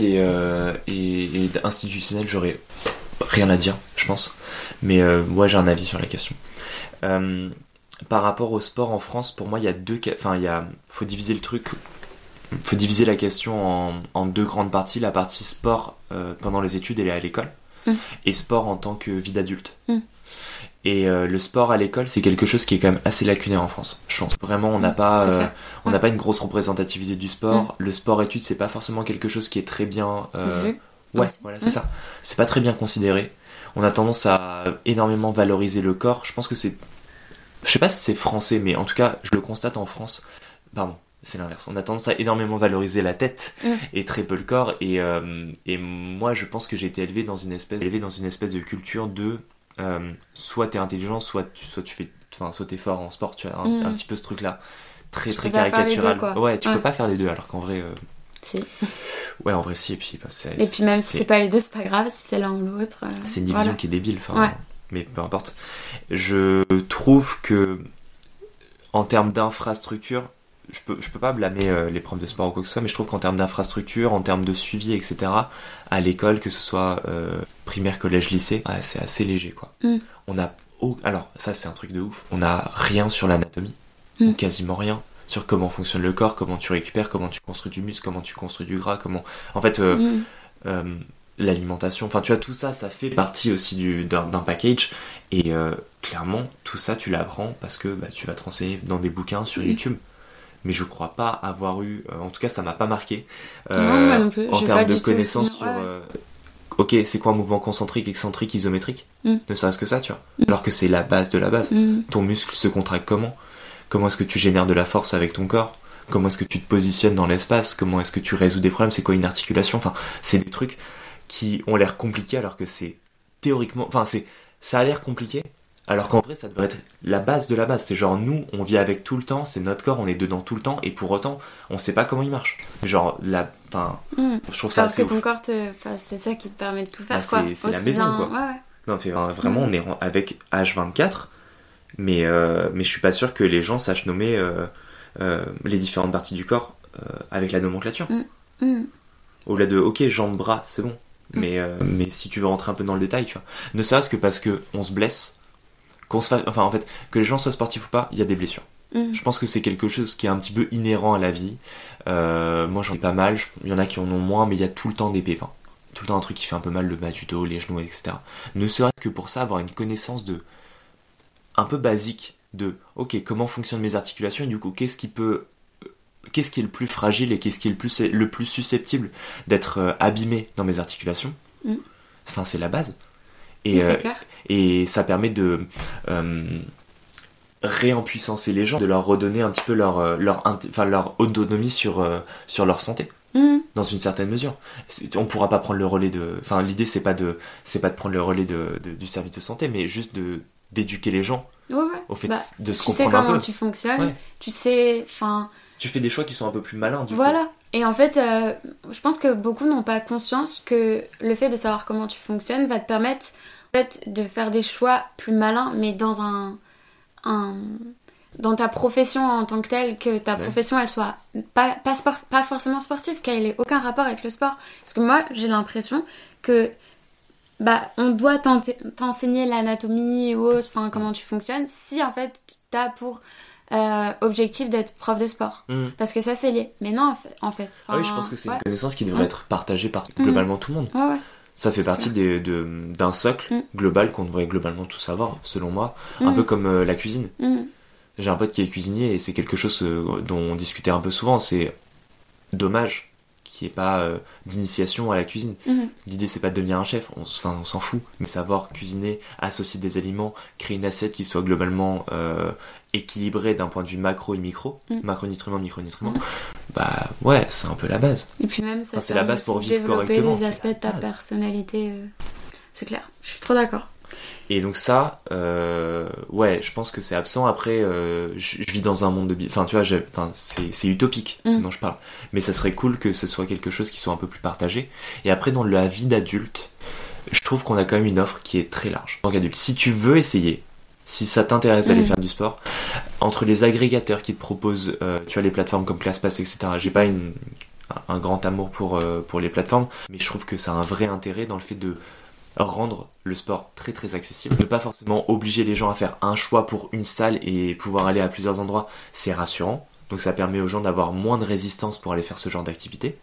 et institutionnelle, j'aurais rien à dire, je pense. Mais moi, j'ai un avis sur la question. Par rapport au sport en France, pour moi, il y a faut diviser le truc. Faut diviser la question en deux grandes parties. La partie sport pendant les études et à l'école. Et sport en tant que vie d'adulte. Et le sport à l'école, c'est quelque chose qui est quand même assez lacunaire en France. Je pense vraiment, on n'a pas une grosse représentativité du sport. Le sport-études, c'est pas forcément quelque chose qui est très bien... vu. Ouais, voilà, c'est ça. C'est pas très bien considéré. On a tendance à énormément valoriser le corps. Je pense que c'est... Je sais pas si c'est français, mais en tout cas, je le constate en France. Pardon, c'est l'inverse. On a tendance à énormément valoriser la tête et très peu le corps. Et moi, je pense que j'ai été élevé dans une espèce de culture de... soit t'es intelligent, soit t'es fort en sport, tu as un petit peu ce truc là très caricatural. Tu peux pas faire les deux, alors qu'en vrai si. Ouais, en vrai si, et puis et puis même si c'est pas les deux, c'est pas grave si c'est l'un ou l'autre, c'est une division qui est débile, mais peu importe. Je trouve que en termes d'infrastructure, je peux pas blâmer les profs de sport ou quoi que ce soit, mais je trouve qu'en termes d'infrastructure, en termes de suivi, etc., à l'école, que ce soit primaire, collège, lycée, c'est assez léger, quoi. On a... Alors, ça, c'est un truc de ouf. On a rien sur l'anatomie, ou quasiment rien, sur comment fonctionne le corps, comment tu récupères, comment tu construis du muscle, comment tu construis du gras, comment... En fait, l'alimentation, enfin, tu vois, tout ça, ça fait partie aussi d'un package, et clairement, tout ça, tu l'apprends parce que tu vas te renseigner dans des bouquins sur YouTube. Mais je crois pas avoir eu, en tout cas ça m'a pas marqué, non, moi non plus. En termes de connaissances sur ok, c'est quoi un mouvement concentrique, excentrique, isométrique, ne serait-ce que ça, tu vois, alors que c'est la base de la base. Ton muscle se contracte comment est-ce que tu génères de la force avec ton corps, comment est-ce que tu te positionnes dans l'espace, comment est-ce que tu résous des problèmes, c'est quoi une articulation, enfin c'est des trucs qui ont l'air compliqués alors que c'est théoriquement, ça a l'air compliqué. Alors qu'en vrai, ça devrait être la base de la base. C'est genre, nous, on vit avec tout le temps, c'est notre corps, on est dedans tout le temps, et pour autant, on sait pas comment il marche. Genre, je trouve ça assez ouf. Parce que ton corps, c'est ça qui te permet de tout faire, quoi. C'est la maison, quoi. Ouais. Non, vraiment, on est avec H24, mais je suis pas sûr que les gens sachent nommer les différentes parties du corps avec la nomenclature. Au-delà de, ok, jambes, bras, c'est bon. Mais si tu veux rentrer un peu dans le détail, tu vois. Ne serait-ce que parce que on se blesse, que les gens soient sportifs ou pas, il y a des blessures. Je pense que c'est quelque chose qui est un petit peu inhérent à la vie. Moi j'en ai pas mal, il y en a qui en ont moins, mais il y a tout le temps des pépins. Tout le temps un truc qui fait un peu mal, le bas du dos, les genoux, etc. Ne serait-ce que pour ça, avoir une connaissance un peu basique de ok, comment fonctionnent mes articulations, et du coup qu'est-ce qui est le plus fragile et qu'est-ce qui est le plus susceptible d'être abîmé dans mes articulations. C'est la base. Et ça permet de réempuissancer les gens, de leur redonner un petit peu leur autonomie sur leur santé, dans une certaine mesure. On pourra pas prendre le relais l'idée c'est pas de prendre le relais du service de santé, mais juste d'éduquer les gens au fait de se comprendre un peu. Tu sais comment tu fonctionnes, tu sais, tu fais des choix qui sont un peu plus malins, du coup. Voilà. Et en fait, je pense que beaucoup n'ont pas conscience que le fait de savoir comment tu fonctionnes va te permettre en fait, de faire des choix plus malins, mais dans dans ta profession en tant que telle, que ta profession elle soit pas forcément sportive, qu'elle ait aucun rapport avec le sport. Parce que moi, j'ai l'impression que on doit t'enseigner l'anatomie ou autre, comment tu fonctionnes, si en fait t'as pour objectif d'être prof de sport. Parce que ça c'est lié. Mais non, en fait. Oui, je pense que c'est une connaissance qui devrait être partagée par globalement tout le monde. Ouais. Ça fait partie d'un socle global qu'on devrait globalement tous avoir, selon moi. Un peu comme la cuisine. J'ai un pote qui est cuisinier et c'est quelque chose dont on discutait un peu souvent. C'est dommage qu'il n'y ait pas d'initiation à la cuisine. L'idée c'est pas de devenir un chef, on s'en fout. Mais savoir cuisiner, associer des aliments, créer une assiette qui soit globalement équilibrée d'un point de vue macro et macronutriments, micronutriments, c'est un peu la base. Et puis même ça, c'est la base pour vivre développer correctement. Les aspects de ta personnalité, c'est clair. Je suis trop d'accord. Et donc ça, je pense que c'est absent. Après, je vis dans un monde de... Enfin, tu vois, c'est utopique, ce dont je parle. Mais ça serait cool que ce soit quelque chose qui soit un peu plus partagé. Et après, dans la vie d'adulte, je trouve qu'on a quand même une offre qui est très large. En tant qu'adulte, si tu veux essayer, si ça t'intéresse d'aller faire du sport, entre les agrégateurs qui te proposent, tu as les plateformes comme ClassPass, etc. J'ai pas un grand amour pour les plateformes, mais je trouve que ça a un vrai intérêt dans le fait de rendre le sport très très accessible. Ne pas forcément obliger les gens à faire un choix pour une salle et pouvoir aller à plusieurs endroits, c'est rassurant. Donc ça permet aux gens d'avoir moins de résistance pour aller faire ce genre d'activité.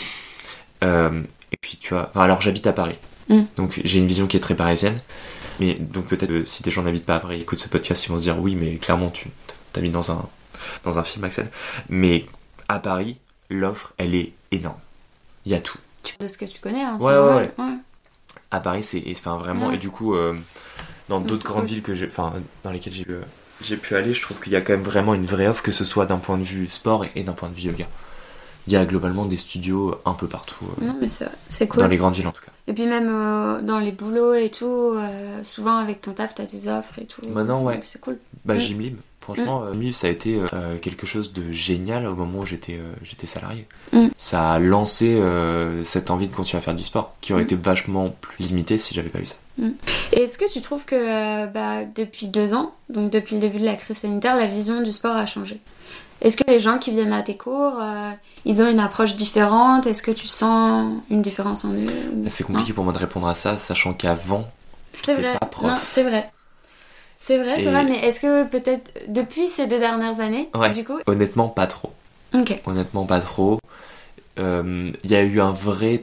Et puis tu vois, alors j'habite à Paris, donc j'ai une vision qui est très parisienne. Mais donc peut-être si des gens n'habitent pas à Paris, écoutent ce podcast, ils vont se dire oui, mais clairement tu t'habites dans un film, Axel. Mais à Paris, l'offre elle est énorme. Il y a tout. De ce que tu connais, hein, ouais. À Paris, c'est vraiment. Ouais. Et du coup, dans d'autres grandes villes dans lesquelles j'ai pu aller, je trouve qu'il y a quand même vraiment une vraie offre, que ce soit d'un point de vue sport et d'un point de vue yoga. Il y a globalement des studios un peu partout. Non, mais c'est cool. Dans les grandes villes en tout cas. Et puis même dans les boulots et tout, souvent avec ton taf, t'as des offres et tout. Maintenant, ouais. Donc c'est cool. Gymlib. Franchement, Gymlib, ça a été quelque chose de génial au moment où j'étais salarié. Ça a lancé cette envie de continuer à faire du sport, qui aurait été vachement plus limitée si j'avais pas eu ça. Et est-ce que tu trouves que depuis 2 ans, donc depuis le début de la crise sanitaire, la vision du sport a changé? Est-ce que les gens qui viennent à tes cours, ils ont une approche différente? Est-ce que tu sens une différence en eux? C'est compliqué pour moi de répondre à ça, sachant qu'avant, t'étais pas prof. Non, c'est vrai. C'est vrai, mais est-ce que peut-être depuis ces 2 dernières années, du coup? Honnêtement, pas trop. Ok. Honnêtement, pas trop. Il y a eu un vrai...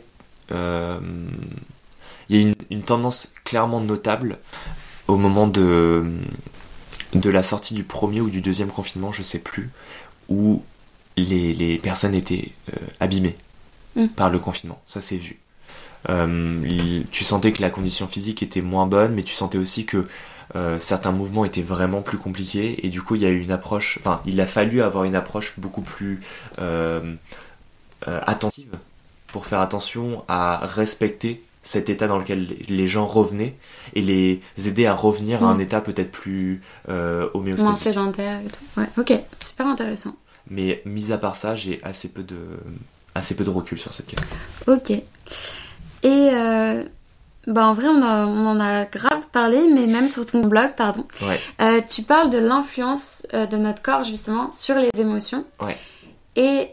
Il y a une tendance clairement notable au moment de la sortie du premier ou du deuxième confinement, je sais plus, où les personnes étaient abîmées par le confinement. Ça s'est vu. Tu sentais que la condition physique était moins bonne, mais tu sentais aussi que certains mouvements étaient vraiment plus compliqués, et du coup il y a eu une approche, il a fallu avoir une approche beaucoup plus attentive pour faire attention à respecter cet état dans lequel les gens revenaient et les aider à revenir à un état peut-être plus homéostatique. Moins sédentaire et tout. Ouais, ok, super intéressant. Mais mis à part ça, j'ai assez peu de recul sur cette question. Ok. Et en vrai, on en a grave parlé, mais même sur ton blog, pardon. Ouais. Tu parles de l'influence de notre corps, justement, sur les émotions. Ouais. Et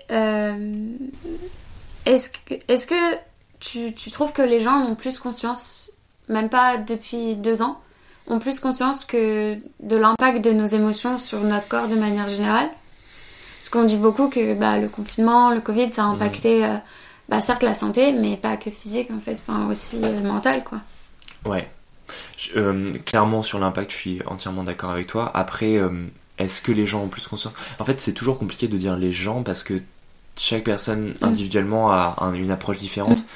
est-ce que tu trouves que les gens ont plus conscience, même pas depuis 2 ans, ont plus conscience que de l'impact de nos émotions sur notre corps de manière générale? Parce qu'on dit beaucoup que le confinement, le Covid, ça a impacté certes la santé, mais pas que physique en fait, aussi mental quoi. Ouais. Clairement sur l'impact, je suis entièrement d'accord avec toi. Après, est-ce que les gens ont plus conscience? En fait, c'est toujours compliqué de dire les gens parce que chaque personne individuellement a une approche différente.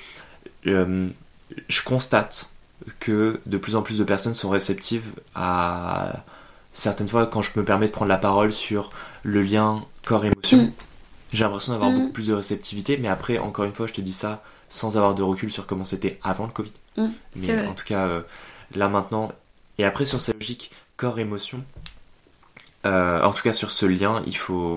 Je constate que de plus en plus de personnes sont réceptives à certaines fois quand je me permets de prendre la parole sur le lien corps-émotion. J'ai l'impression d'avoir beaucoup plus de réceptivité, mais après, encore une fois, je te dis ça sans avoir de recul sur comment c'était avant le Covid. Mais en tout cas, là maintenant, et après sur cette logique corps-émotion, en tout cas sur ce lien, il faut...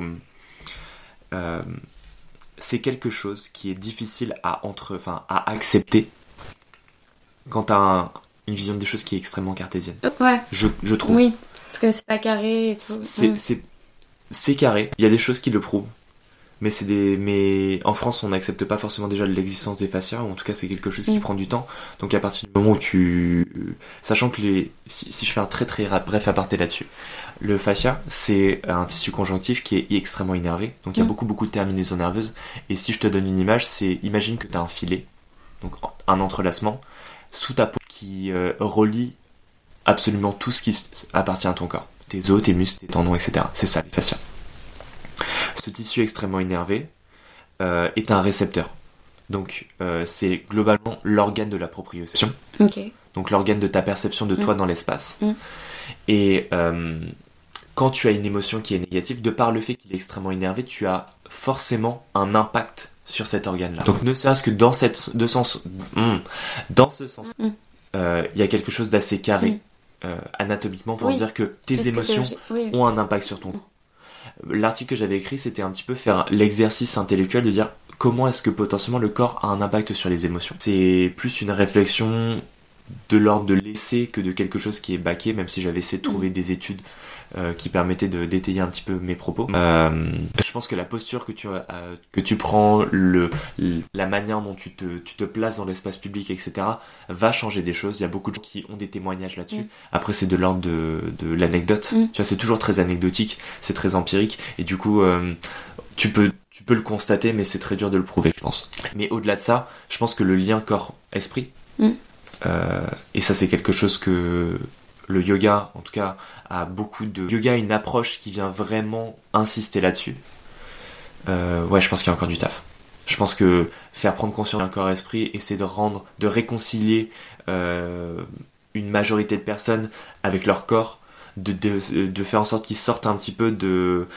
c'est quelque chose qui est difficile à accepter quand t'as une vision des choses qui est extrêmement cartésienne. Ouais. Je trouve. Oui, parce que c'est pas carré et tout. C'est carré. Il y a des choses qui le prouvent. Mais en France, on n'accepte pas forcément déjà l'existence des fascias, ou en tout cas, c'est quelque chose qui prend du temps. Donc, à partir du moment où sachant que si je fais un très très bref aparté là-dessus, le fascia, c'est un tissu conjonctif qui est extrêmement innervé. Donc, il y a beaucoup de terminaisons nerveuses. Et si je te donne une image, imagine que tu as un filet, donc un entrelacement, sous ta peau qui relie absolument tout ce qui appartient à ton corps. Tes os, tes muscles, tes tendons, etc. C'est ça, les fascias. Ce tissu extrêmement innervé est un récepteur. Donc, c'est globalement l'organe de la proprioception. Okay. Donc, l'organe de ta perception de toi dans l'espace. Et quand tu as une émotion qui est négative, de par le fait qu'il est extrêmement énervé, tu as forcément un impact sur cet organe-là. Donc, ne serait-ce que dans ce sens, il y a quelque chose d'assez carré anatomiquement pour dire que tes émotions ont un impact sur ton corps. L'article que j'avais écrit, c'était un petit peu faire l'exercice intellectuel de dire comment est-ce que potentiellement le corps a un impact sur les émotions. C'est plus une réflexion de l'ordre de l'essai que de quelque chose qui est baqué, même si j'avais essayé de trouver des études qui permettaient d'étayer un petit peu mes propos. Je pense que la posture que tu prends, la manière dont tu te places dans l'espace public, etc., va changer des choses. Il y a beaucoup de gens qui ont des témoignages là-dessus. Après, c'est de l'ordre de l'anecdote. Tu vois, c'est toujours très anecdotique, c'est très empirique, et du coup, tu peux le constater, mais c'est très dur de le prouver, je pense. Mais au-delà de ça, je pense que le lien corps-esprit, et ça, c'est quelque chose que le yoga, en tout cas, a beaucoup de... Yoga a une approche qui vient vraiment insister là-dessus. Ouais, je pense qu'il y a encore du taf. Je pense que faire prendre conscience d'un corps-esprit, essayer de réconcilier une majorité de personnes avec leur corps, de faire en sorte qu'ils sortent un petit peu de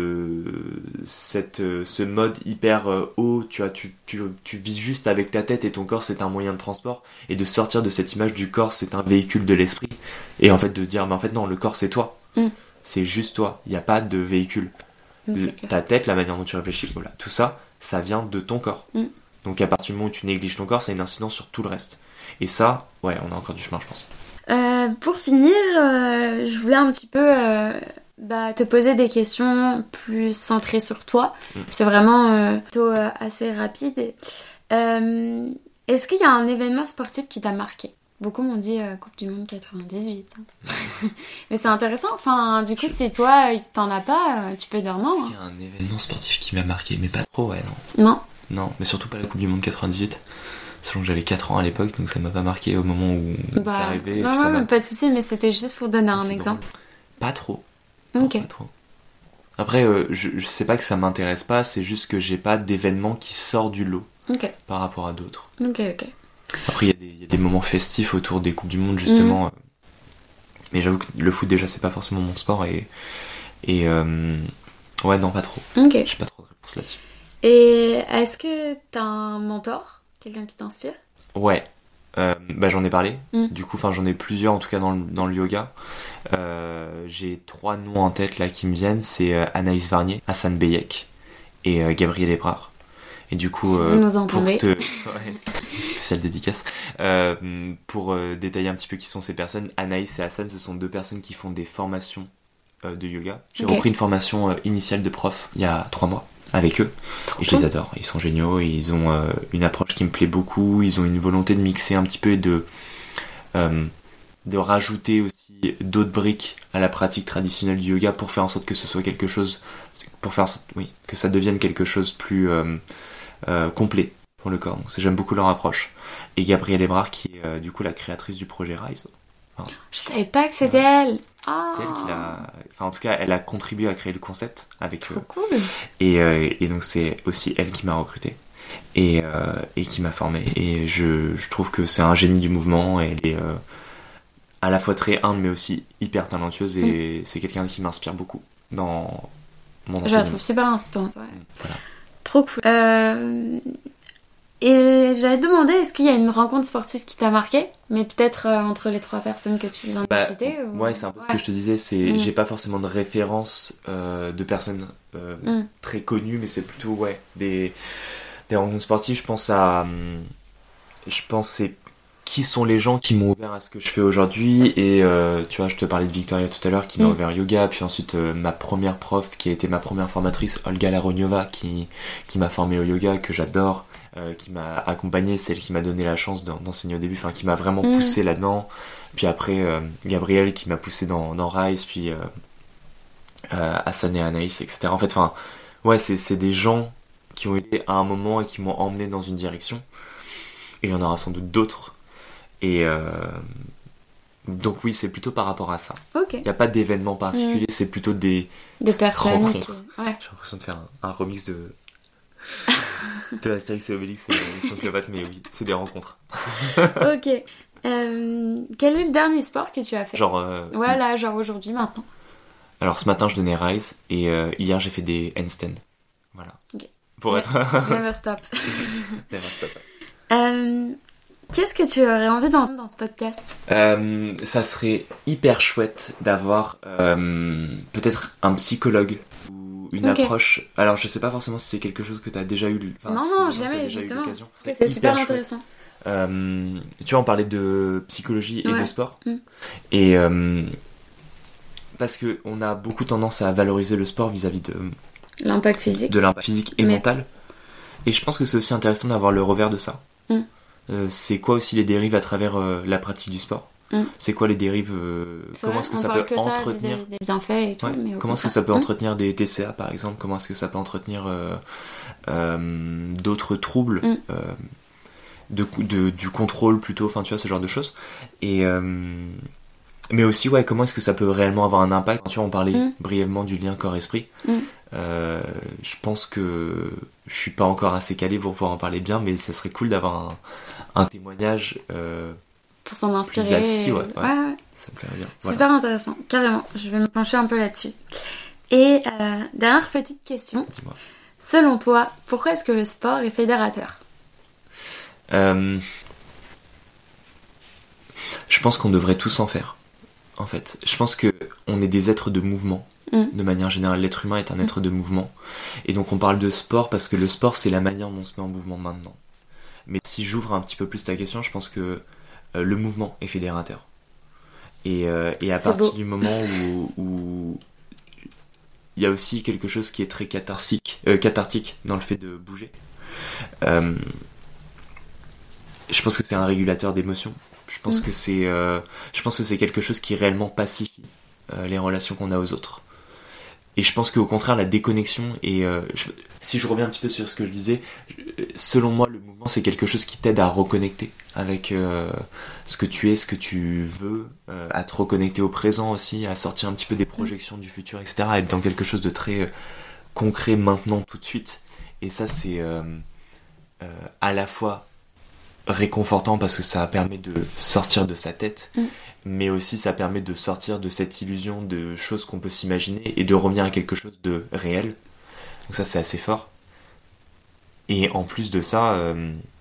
ce mode hyper haut, tu vois, tu vis juste avec ta tête et ton corps c'est un moyen de transport, et de sortir de cette image du corps c'est un véhicule de l'esprit, et en fait de dire mais en fait non, le corps c'est toi, c'est juste toi, il n'y a pas de véhicule, ta tête, la manière dont tu réfléchis, voilà, tout ça vient de ton corps. Donc à partir du moment où tu négliges ton corps, ça a une incidence sur tout le reste, et ça, ouais, on a encore du chemin, je pense. Pour finir, je voulais un petit peu te poser des questions plus centrées sur toi. C'est vraiment plutôt assez rapide. Est-ce qu'il y a un événement sportif qui t'a marqué ? Beaucoup m'ont dit Coupe du Monde 98. Mais c'est intéressant. Enfin, du coup, si toi, t'en as pas, tu peux dire non. Est-ce qu'il y a un événement sportif qui m'a marqué ? Mais pas trop, ouais, non. Non, mais surtout pas la Coupe du Monde 98. Sachant que j'avais 4 ans à l'époque, donc ça m'a pas marqué au moment où c'est arrivé. Non, pas de soucis, mais c'était juste pour donner un exemple. Drôle. Pas trop. Ok. Non, pas trop. Après, je sais pas que ça m'intéresse pas, c'est juste que j'ai pas d'événement qui sort du lot par rapport à d'autres. Ok. Après, il y a des moments festifs autour des Coupes du Monde, justement. Mais j'avoue que le foot, déjà, c'est pas forcément mon sport. Et ouais, non, pas trop. Ok. J'ai pas trop de réponse là-dessus. Et est-ce que t'as un mentor ? Quelqu'un qui t'inspire ? Ouais, j'en ai parlé. Du coup, j'en ai plusieurs en tout cas dans le yoga. J'ai 3 noms en tête là qui me viennent. C'est Anaïs Varnier, Hassan Beyek et Gabriel Hébrard. Et du coup, si vous nous entendez, une spéciale dédicace. Pour détailler un petit peu qui sont ces personnes, Anaïs et Hassan, ce sont 2 personnes qui font des formations de yoga. J'ai repris une formation initiale de prof il y a 3 mois. Avec eux, et je les adore, ils sont géniaux, et ils ont une approche qui me plaît beaucoup, ils ont une volonté de mixer un petit peu et de rajouter aussi d'autres briques à la pratique traditionnelle du yoga pour faire en sorte que ce soit quelque chose, pour faire en sorte, que ça devienne quelque chose plus complet pour le corps. Donc j'aime beaucoup leur approche. Et Gabrielle Hébrard qui est du coup la créatrice du projet Rise. Je savais pas que c'était elle. C'est elle qui l'a... Enfin, en tout cas, elle a contribué à créer le concept avec Trop cool. Et donc, c'est aussi elle qui m'a recruté et qui m'a formé. Et je trouve que c'est un génie du mouvement. Elle est à la fois très humble, mais aussi hyper talentueuse. Et c'est quelqu'un qui m'inspire beaucoup dans mon enseignement. Je la trouve super inspirante, ouais. Voilà. Trop cool. Et j'avais demandé, est-ce qu'il y a une rencontre sportive qui t'a marqué, mais peut-être entre les 3 personnes que tu viens de citer ou... Ouais, c'est un peu ce que je te disais, j'ai pas forcément de référence de personnes très connues, mais c'est plutôt des rencontres sportives. Je pense c'est qui sont les gens qui m'ont ouvert à ce que je fais aujourd'hui, et tu vois, je te parlais de Victoria tout à l'heure qui m'a ouvert yoga, puis ensuite ma première prof qui a été ma première formatrice, Olga Laroniova, qui m'a formé au yoga, que j'adore. Qui m'a accompagné, celle qui m'a donné la chance d'enseigner au début, enfin qui m'a vraiment poussé là-dedans. Puis après Gabriel qui m'a poussé dans Rise, puis Hassan et Anaïs, etc. En fait, c'est des gens qui ont été à un moment et qui m'ont emmené dans une direction. Et il y en aura sans doute d'autres. Et donc oui, c'est plutôt par rapport à ça. Il n'y a pas d'événement particulier, c'est plutôt des personnes rencontres. J'ai l'impression de faire un remix de Astérix et Obélix et Mission Cléopâtre, mais oui, c'est des rencontres. Ok. Quel est le dernier sport que tu as fait ? Genre aujourd'hui, maintenant. Alors ce matin je donnais Rise et hier j'ai fait des handstands. Voilà. Okay. Pour être... Never stop. Never stop. Qu'est-ce que tu aurais envie d'entendre dans ce podcast ? Ça serait hyper chouette d'avoir peut-être un psychologue ou une approche. Alors je sais pas forcément si c'est quelque chose que tu as déjà eu. Non, jamais, justement. C'est super intéressant. Tu vois, on parlait de psychologie et de sport. Et parce que on a beaucoup tendance à valoriser le sport vis-à-vis de l'impact physique et mental. Et je pense que c'est aussi intéressant d'avoir le revers de ça. C'est quoi aussi les dérives à travers la pratique du sport? C'est quoi les dérives? Comment est-ce que ça peut entretenir des bienfaits et tout, mais comment est-ce que ça peut entretenir des TCA par exemple? Comment est-ce que ça peut entretenir d'autres troubles du contrôle plutôt, enfin tu vois, ce genre de choses. Et mais aussi comment est-ce que ça peut réellement avoir un impact? Tu vois, on parlait brièvement du lien corps-esprit. Je pense que je suis pas encore assez calé pour pouvoir en parler bien, mais ça serait cool d'avoir un témoignage pour s'en inspirer. Ouais. Ça me plairait bien. Super intéressant, carrément. Je vais me pencher un peu là-dessus. Et dernière petite question. Dis-moi. Selon toi, pourquoi est-ce que le sport est fédérateur? Je pense qu'on devrait tous en faire. En fait, je pense que on est des êtres de mouvement. De manière générale, l'être humain est un être de mouvement. Et donc on parle de sport parce que le sport, c'est la manière dont on se met en mouvement maintenant. Mais si j'ouvre un petit peu plus ta question, je pense que le mouvement est fédérateur. Et à partir du moment où il y a aussi quelque chose qui est très cathartique dans le fait de bouger. Je pense que c'est un régulateur d'émotions. Je pense que c'est quelque chose qui réellement pacifie les relations qu'on a aux autres. Et je pense qu'au contraire, la déconnexion si je reviens un petit peu sur ce que je disais, selon moi, le mouvement, c'est quelque chose qui t'aide à reconnecter avec ce que tu es, ce que tu veux, à te reconnecter au présent aussi, à sortir un petit peu des projections du futur, etc., à être dans quelque chose de très concret maintenant, tout de suite. Et ça, c'est à la fois réconfortant parce que ça permet de sortir de sa tête, mais aussi ça permet de sortir de cette illusion de choses qu'on peut s'imaginer et de revenir à quelque chose de réel. Donc ça, c'est assez fort. Et en plus de ça,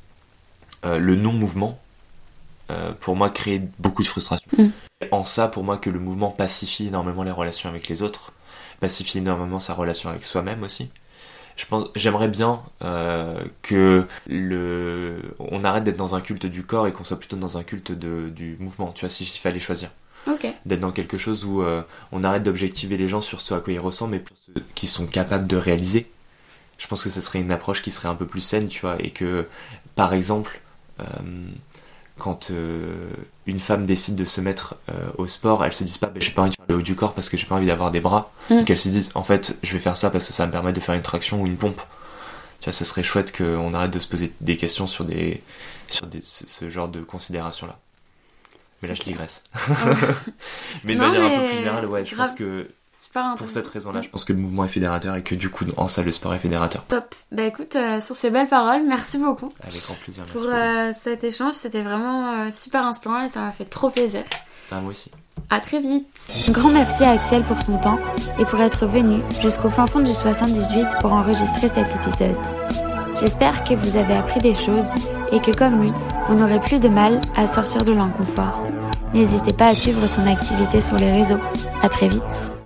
le non-mouvement, pour moi, crée beaucoup de frustration. En ça, pour moi, que le mouvement pacifie énormément les relations avec les autres, pacifie énormément sa relation avec soi-même aussi. J'aimerais bien que on arrête d'être dans un culte du corps et qu'on soit plutôt dans un culte du mouvement, tu vois, s'il fallait choisir. D'être dans quelque chose où on arrête d'objectiver les gens sur ce à quoi ils ressemblent, mais pour ceux qui sont capables de réaliser. Je pense que ce serait une approche qui serait un peu plus saine, tu vois, et que, par exemple, quand une femme décide de se mettre au sport, elle se dise pas j'ai pas envie de faire le haut du corps parce que j'ai pas envie d'avoir des bras, qu'elle se dise en fait je vais faire ça parce que ça va me permettre de faire une traction ou une pompe. Tu vois, ça serait chouette qu'on arrête de se poser des questions sur ce genre de considérations là. Mais là je digresse. Mais de manière un peu plus générale, je pense que pour cette raison-là, je pense que le mouvement est fédérateur et que du coup, en ça, le sport est fédérateur. Top. Bah écoute, sur ces belles paroles, merci beaucoup. Avec grand plaisir, merci pour cet échange, c'était vraiment super inspirant et ça m'a fait trop plaisir. Moi aussi. À très vite. Un grand merci à Axel pour son temps et pour être venu jusqu'au fin fond du 78 pour enregistrer cet épisode. J'espère que vous avez appris des choses et que comme lui, vous n'aurez plus de mal à sortir de l'inconfort. N'hésitez pas à suivre son activité sur les réseaux. À très vite.